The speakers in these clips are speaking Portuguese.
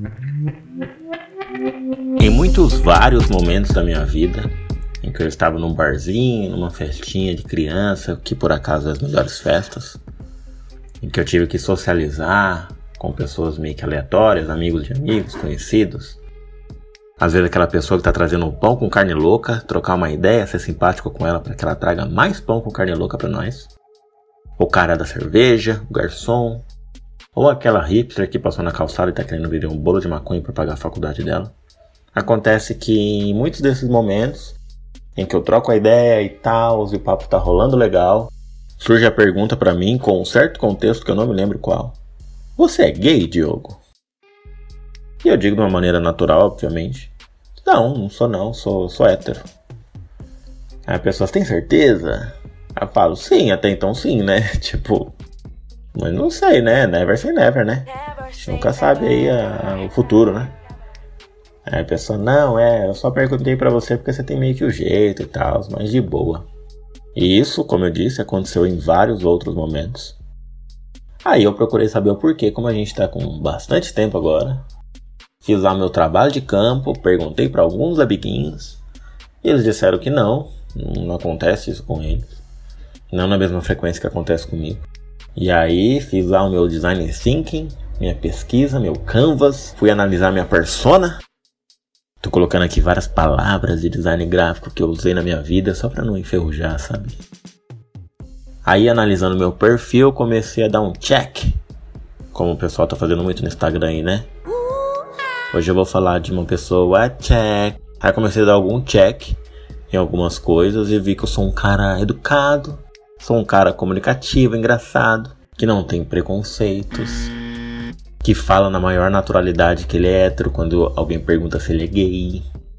Em muitos vários momentos da minha vida, em que eu estava num barzinho, numa festinha de criança, que por acaso é as melhores festas, em que eu tive que socializar com pessoas meio que aleatórias, amigos de amigos, conhecidos. Às vezes aquela pessoa que tá trazendo um pão com carne louca, trocar uma ideia, ser simpático com ela para que ela traga mais pão com carne louca para nós. O cara da cerveja, o garçom, ou aquela hipster que passou na calçada e tá querendo vender um bolo de maconha para pagar a faculdade dela. Acontece que em muitos desses momentos, em que eu troco a ideia e tal, e o papo tá rolando legal, surge a pergunta pra mim com um certo contexto que eu não me lembro qual. Você é gay, Diogo? E eu digo de uma maneira natural, obviamente. Não sou não, sou hétero. Aí a pessoa, tem certeza? Aí eu falo, sim, até então sim, né? Tipo, mas não sei, né? Never say never, né? A gente nunca sabe aí o futuro, né? Aí a pessoa, não, eu só perguntei pra você porque você tem meio que o jeito e tal, mas de boa. E isso, como eu disse, aconteceu em vários outros momentos. Aí eu procurei saber o porquê, como a gente tá com bastante tempo agora. Fiz lá meu trabalho de campo, perguntei pra alguns amiguinhos, e eles disseram que não acontece isso com eles. Não na mesma frequência que acontece comigo. E aí fiz lá o meu design thinking, minha pesquisa, meu canvas, fui analisar minha persona. Tô colocando aqui várias palavras de design gráfico que eu usei na minha vida só pra não enferrujar, sabe? Aí analisando meu perfil, comecei a dar um check, como o pessoal tá fazendo muito no Instagram aí, né? Hoje eu vou falar de uma pessoa check. Aí comecei a dar algum check em algumas coisas e vi que eu sou um cara educado, sou um cara comunicativo, engraçado, que não tem preconceitos, que fala na maior naturalidade que ele é hétero quando alguém pergunta se ele é gay.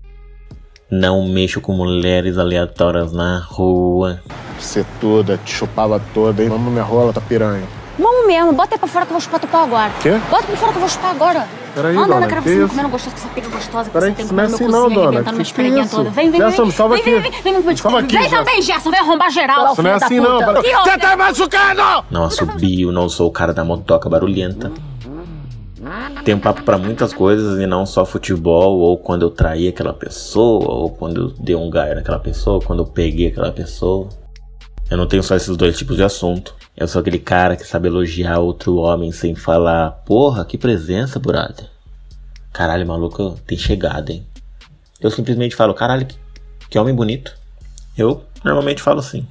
Não mexo com mulheres aleatórias na rua. Você toda, te chupava toda, hein? Vamos minha rola, tá piranha. Vamos mesmo, bota aí pra fora que eu vou chupar tu pau agora. Quê? Bota pra fora que eu vou chupar agora. Peraí, anda, dona, cara, que você não isso? comendo gostoso com essa pica gostosa que Peraí, você tem que não é comendo assim meu não, cozinho, dona. arrebentando minhas Que preguinhas isso? todas. Vem, Gerson, salva aqui. Vem, Salva aqui, vem também, Gerson, vem arrombar geral, Não é assim não, peraí. Você tá machucando! Não assobio, não sou o cara da motoca barulhenta. Tenho papo pra muitas coisas e não só futebol, ou quando eu traí aquela pessoa, ou quando eu dei um gás naquela pessoa, ou quando eu peguei aquela pessoa. Eu não tenho só esses dois tipos de assunto. Eu sou aquele cara que sabe elogiar outro homem sem falar, porra, que presença, brother. Caralho, maluco, tem chegada, hein? Eu simplesmente falo, caralho, que homem bonito. Eu normalmente falo assim.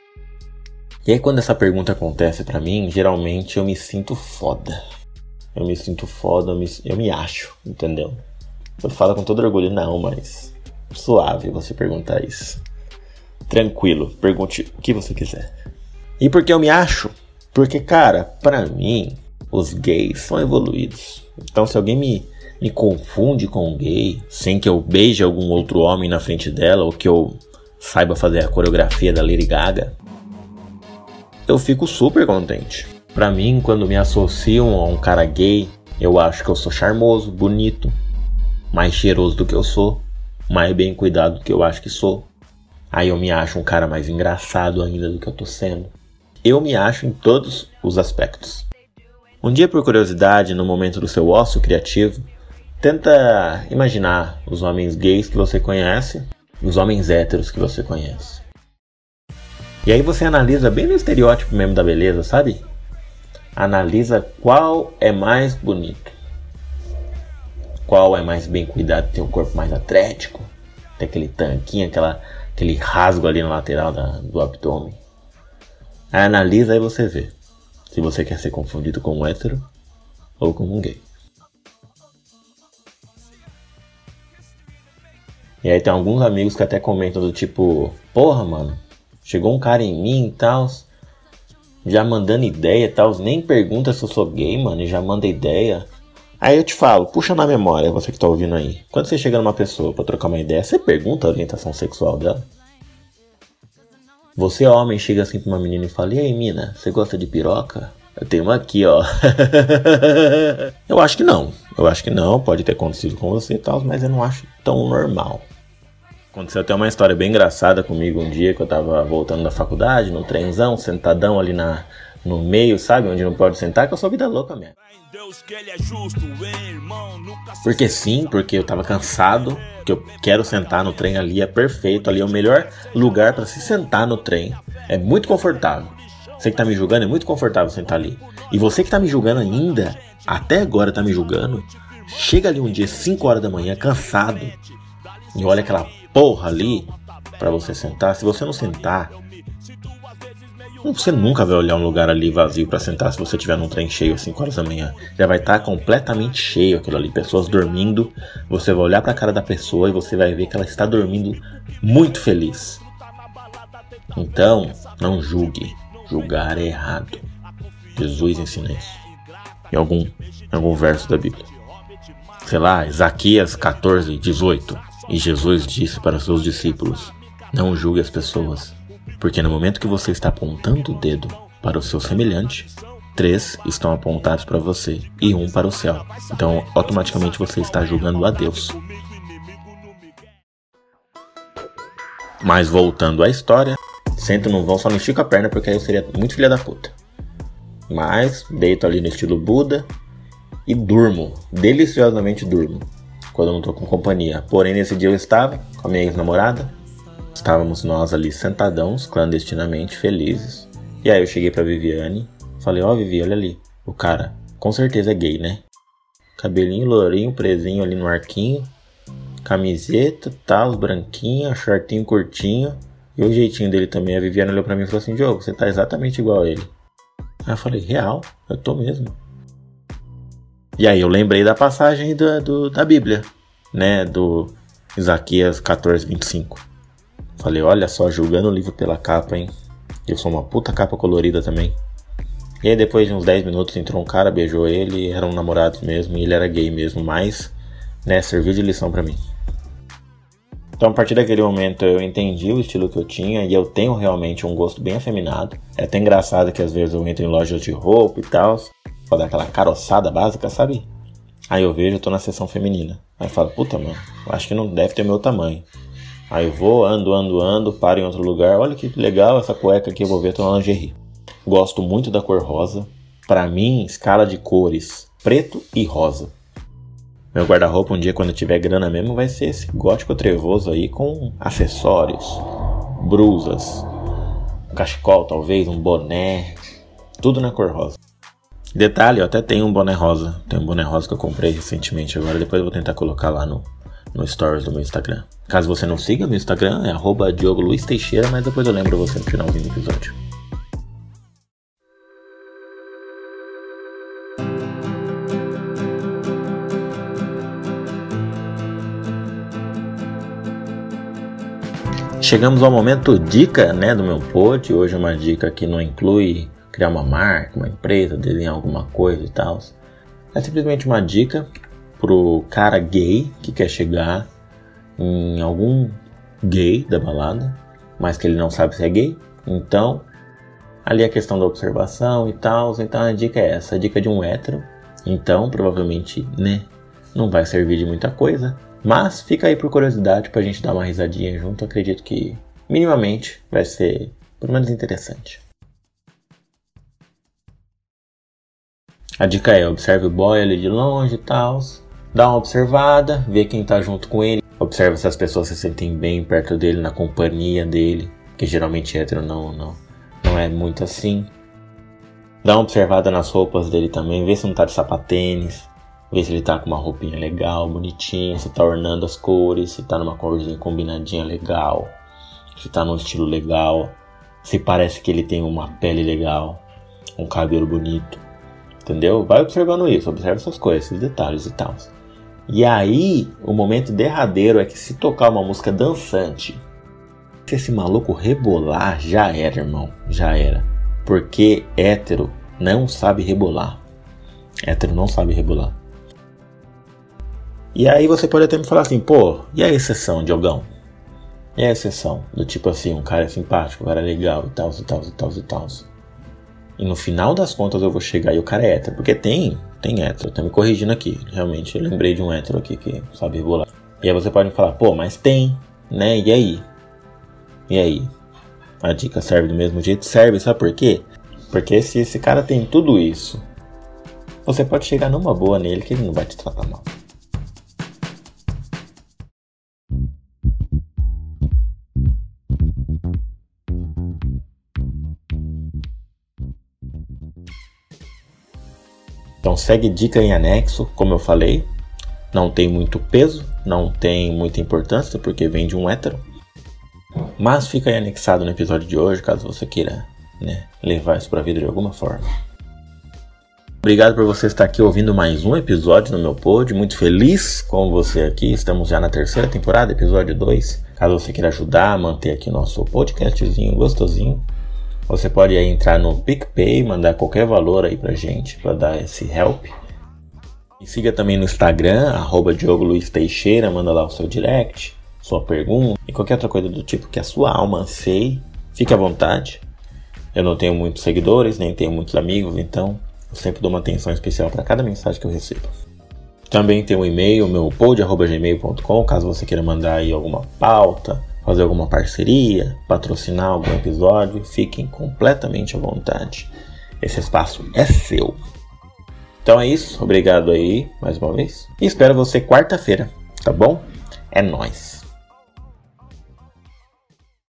E aí quando essa pergunta acontece pra mim, geralmente eu me sinto foda. Eu me sinto foda, eu me acho, entendeu? Eu falo com todo orgulho, não, mas suave você perguntar isso. Tranquilo, pergunte o que você quiser. E por que eu me acho? Porque, cara, pra mim, os gays são evoluídos. Então se alguém me confunde com um gay, sem que eu beije algum outro homem na frente dela, ou que eu saiba fazer a coreografia da Lady Gaga, eu fico super contente. Pra mim, quando me associam a um cara gay, eu acho que eu sou charmoso, bonito, mais cheiroso do que eu sou, mais bem cuidado do que eu acho que sou. Aí eu me acho um cara mais engraçado ainda do que eu tô sendo. Eu me acho em todos os aspectos. Um dia, por curiosidade, no momento do seu ócio criativo, tenta imaginar os homens gays que você conhece e os homens héteros que você conhece. E aí você analisa bem no estereótipo mesmo da beleza, sabe? Analisa qual é mais bonito, qual é mais bem cuidado, tem um corpo mais atlético, tem aquele tanquinho, aquele rasgo ali na lateral do abdômen. Aí analisa, aí você vê se você quer ser confundido com um hétero ou com um gay. E aí tem alguns amigos que até comentam do tipo, porra mano, chegou um cara em mim e tal, já mandando ideia e tal, nem pergunta se eu sou gay, mano, e já manda ideia. Aí eu te falo, puxa na memória, você que tá ouvindo aí. Quando você chega numa pessoa pra trocar uma ideia, você pergunta a orientação sexual dela? Você, homem, chega assim pra uma menina e fala, e aí, mina, você gosta de piroca? Eu tenho uma aqui, ó. Eu acho que não, pode ter acontecido com você e tal, mas eu não acho tão normal. Aconteceu até uma história bem engraçada comigo um dia que eu tava voltando da faculdade, no trenzão, sentadão ali no meio, sabe? Onde não pode sentar, que eu sou vida louca mesmo. Porque sim, porque eu tava cansado, que eu quero sentar no trem ali, é perfeito, ali é o melhor lugar para se sentar no trem, é muito confortável. Você que tá me julgando, é muito confortável sentar ali. E você que tá me julgando ainda, até agora tá me julgando, chega ali um dia 5 horas da manhã, cansado, e olha aquela porra ali pra você sentar. Se você não sentar, você nunca vai olhar um lugar ali vazio pra sentar. Se você estiver num trem cheio às 5 horas da manhã, já vai estar completamente cheio aquilo ali, pessoas dormindo. Você vai olhar pra cara da pessoa e você vai ver que ela está dormindo muito feliz. Então, não julgue. Julgar é errado. Jesus ensina isso em algum verso da Bíblia. Sei lá, Isaías 14:18. E Jesus disse para os seus discípulos: não julgue as pessoas, porque no momento que você está apontando o dedo para o seu semelhante, 3 estão apontados para você e 1 para o céu. Então, automaticamente você está julgando a Deus. Mas voltando à história, sento no vão, só não estico a perna porque aí eu seria muito filha da puta. Mas deito ali no estilo Buda e durmo, deliciosamente durmo, quando eu não tô com companhia. Porém, nesse dia eu estava com a minha ex-namorada. Estávamos nós ali sentadãos, clandestinamente, felizes. E aí eu cheguei pra Viviane, falei: ó, Vivi, olha ali. O cara, com certeza é gay, né? Cabelinho lourinho, presinho ali no arquinho, camiseta, tal, branquinha, shortinho curtinho. E o jeitinho dele também. A Viviane olhou pra mim e falou assim: Diogo, você tá exatamente igual a ele. Aí eu falei: real, eu tô mesmo. E aí eu lembrei da passagem da Bíblia, né? Do Isaías 14:25. Falei: olha só, julgando o livro pela capa, hein? Eu sou uma puta capa colorida também. E aí depois de uns 10 minutos entrou um cara, beijou ele, eram namorados mesmo, e ele era gay mesmo, mas, né, serviu de lição pra mim. Então, a partir daquele momento eu entendi o estilo que eu tinha, e eu tenho realmente um gosto bem afeminado. É até engraçado que às vezes eu entro em lojas de roupa e tal, pra dar aquela caroçada básica, sabe? Aí eu vejo, eu tô na seção feminina. Aí eu falo: puta, mano, acho que não deve ter o meu tamanho. Aí eu vou, ando, paro em outro lugar. Olha que legal essa cueca aqui, eu vou ver, tô na lingerie. Gosto muito da cor rosa. Pra mim, escala de cores, preto e rosa. Meu guarda-roupa um dia, quando eu tiver grana mesmo, vai ser esse gótico trevoso aí, com acessórios, brusas, um cachecol talvez, um boné, tudo na cor rosa. Detalhe, eu até tenho um boné rosa. Tem um boné rosa que eu comprei recentemente agora. Depois eu vou tentar colocar lá no stories do meu Instagram. Caso você não siga, meu Instagram é @DiogoLuizTeixeira, mas depois eu lembro você no finalzinho do episódio. Chegamos ao momento dica, né, do meu pod. Hoje é uma dica que não inclui criar uma marca, uma empresa, desenhar alguma coisa e tal. É simplesmente uma dica pro cara gay que quer chegar em algum gay da balada, mas que ele não sabe se é gay. Então, ali a questão da observação e tal. Então a dica é essa, a dica de um hétero. Então, provavelmente, né, não vai servir de muita coisa. Mas fica aí por curiosidade pra gente dar uma risadinha junto. Acredito que minimamente vai ser pelo menos interessante. A dica é: observe o boy ali de longe e tal. Dá uma observada, vê quem tá junto com ele. Observa se as pessoas se sentem bem perto dele, na companhia dele. Que geralmente hétero não é muito assim. Dá uma observada nas roupas dele também. Vê se não tá de sapatênis. Vê se ele tá com uma roupinha legal, bonitinha, se tá ornando as cores, se tá numa corzinha combinadinha legal, se tá num estilo legal, se parece que ele tem uma pele legal, um cabelo bonito, entendeu? Vai observando isso, observa essas coisas, esses detalhes e tal. E aí, o momento derradeiro é que se tocar uma música dançante, se esse maluco rebolar, já era, irmão, já era. Porque hétero não sabe rebolar. Hétero não sabe rebolar. E aí você pode até me falar assim: pô, e a exceção, Diogão? E a exceção? Do tipo assim, um cara é simpático, um cara é legal e tal, e tal, e tal, e tal. E no final das contas eu vou chegar e o cara é hétero. Porque tem hétero, tá me corrigindo aqui. Realmente eu lembrei de um hétero aqui que sabe rebolar. E aí você pode me falar: pô, mas tem, né? E aí? E aí? A dica serve do mesmo jeito? Serve, sabe por quê? Porque se esse cara tem tudo isso você pode chegar numa boa nele que ele não vai te tratar mal. Então segue dica em anexo, como eu falei. Não tem muito peso, não tem muita importância, porque vem de um hétero. Mas fica aí anexado no episódio de hoje, caso você queira, levar isso pra vida de alguma forma. Obrigado por você estar aqui ouvindo mais um episódio no meu pod. Muito feliz com você aqui. Estamos já na 3ª temporada, episódio 2. Caso você queira ajudar a manter aqui nosso podcastzinho gostosinho, você pode aí entrar no PicPay, mandar qualquer valor aí pra gente, pra dar esse help. Me siga também no Instagram, @DiogoLuizTeixeira, manda lá o seu direct, sua pergunta e qualquer outra coisa do tipo que a sua alma anseie. Fique à vontade. Eu não tenho muitos seguidores, nem tenho muitos amigos, então eu sempre dou uma atenção especial para cada mensagem que eu recebo. Também tem um e-mail, meu pod@gmail.com, caso você queira mandar aí alguma pauta, fazer alguma parceria, patrocinar algum episódio, fiquem completamente à vontade. Esse espaço é seu. Então é isso, obrigado aí mais uma vez. E espero você quarta-feira, tá bom? É nóis!